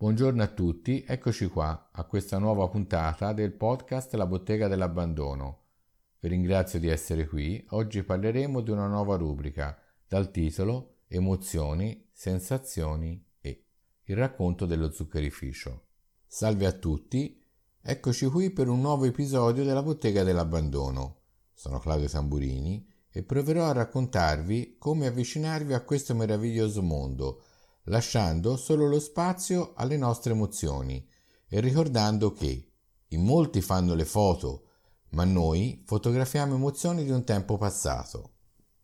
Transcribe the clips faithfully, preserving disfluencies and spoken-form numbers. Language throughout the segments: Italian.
Buongiorno a tutti, eccoci qua a questa nuova puntata del podcast La Bottega dell'Abbandono. Vi ringrazio di essere qui. Oggi parleremo di una nuova rubrica dal titolo Emozioni, sensazioni e il racconto dello zuccherificio. Salve a tutti, eccoci qui per un nuovo episodio della Bottega dell'Abbandono. Sono Claudio Tamburini e proverò a raccontarvi come avvicinarvi a questo meraviglioso mondo, lasciando solo lo spazio alle nostre emozioni e ricordando che in molti fanno le foto, ma noi fotografiamo emozioni di un tempo passato.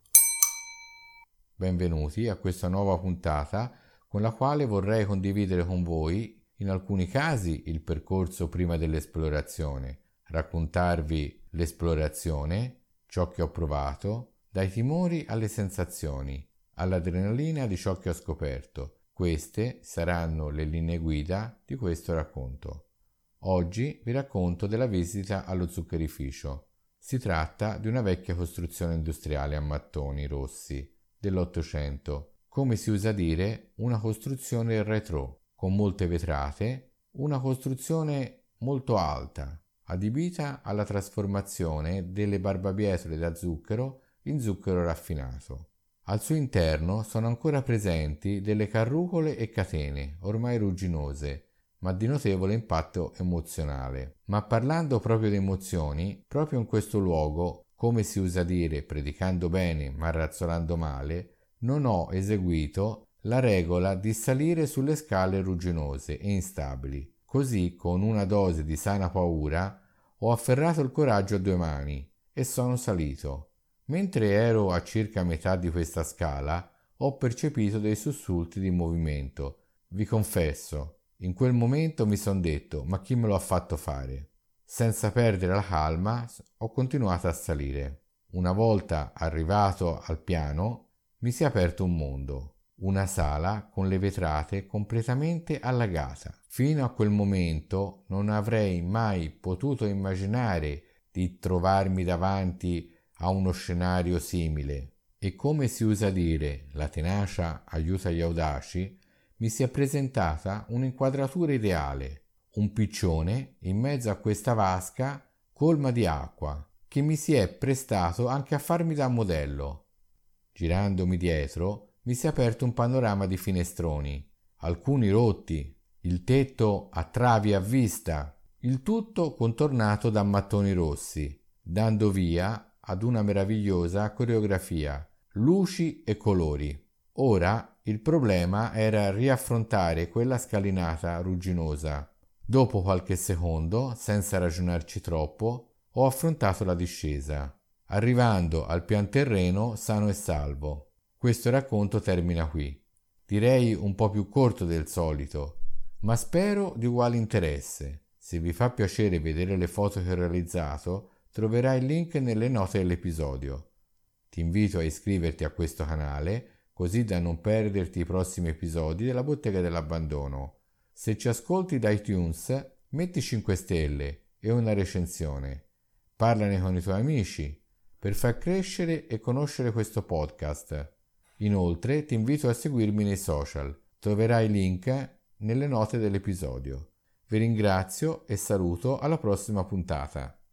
Benvenuti a questa nuova puntata con la quale vorrei condividere con voi, in alcuni casi, il percorso prima dell'esplorazione, raccontarvi l'esplorazione, ciò che ho provato, dai timori alle sensazioni, all'adrenalina di ciò che ho scoperto. Queste saranno le linee guida di questo racconto. Oggi vi racconto della visita allo zuccherificio. Si tratta di una vecchia costruzione industriale a mattoni rossi dell'Ottocento, come si usa dire una costruzione retro, con molte vetrate, una costruzione molto alta, adibita alla trasformazione delle barbabietole da zucchero in zucchero raffinato. Al suo interno sono ancora presenti delle carrucole e catene, ormai rugginose, ma di notevole impatto emozionale. Ma parlando proprio di emozioni, proprio in questo luogo, come si usa dire, predicando bene ma razzolando male, non ho eseguito la regola di salire sulle scale rugginose e instabili. Così, con una dose di sana paura, ho afferrato il coraggio a due mani e sono salito. Mentre ero a circa metà di questa scala, ho percepito dei sussulti di movimento. Vi confesso, in quel momento mi son detto, ma chi me lo ha fatto fare? Senza perdere la calma, ho continuato a salire. Una volta arrivato al piano, mi si è aperto un mondo. Una sala con le vetrate completamente allagata. Fino a quel momento non avrei mai potuto immaginare di trovarmi davanti a uno scenario simile e, come si usa dire, la tenacia aiuta gli audaci, mi si è presentata un'inquadratura ideale, un piccione in mezzo a questa vasca colma di acqua che mi si è prestato anche a farmi da modello. Girandomi dietro mi si è aperto un panorama di finestroni, alcuni rotti, il tetto a travi a vista, il tutto contornato da mattoni rossi, dando via ad una meravigliosa coreografia, luci e colori. Ora il problema era riaffrontare quella scalinata rugginosa. Dopo qualche secondo, senza ragionarci troppo, ho affrontato la discesa, arrivando al pian terreno sano e salvo. Questo racconto termina qui. Direi un po' più corto del solito, ma spero di uguale interesse. Se vi fa piacere vedere le foto che ho realizzato, troverai il link nelle note dell'episodio. Ti invito a iscriverti a questo canale, così da non perderti i prossimi episodi della Bottega dell'Abbandono. Se ci ascolti da iTunes, metti cinque stelle e una recensione. Parlane con i tuoi amici per far crescere e conoscere questo podcast. Inoltre ti invito a seguirmi nei social. Troverai il link nelle note dell'episodio. Vi ringrazio e saluto alla prossima puntata.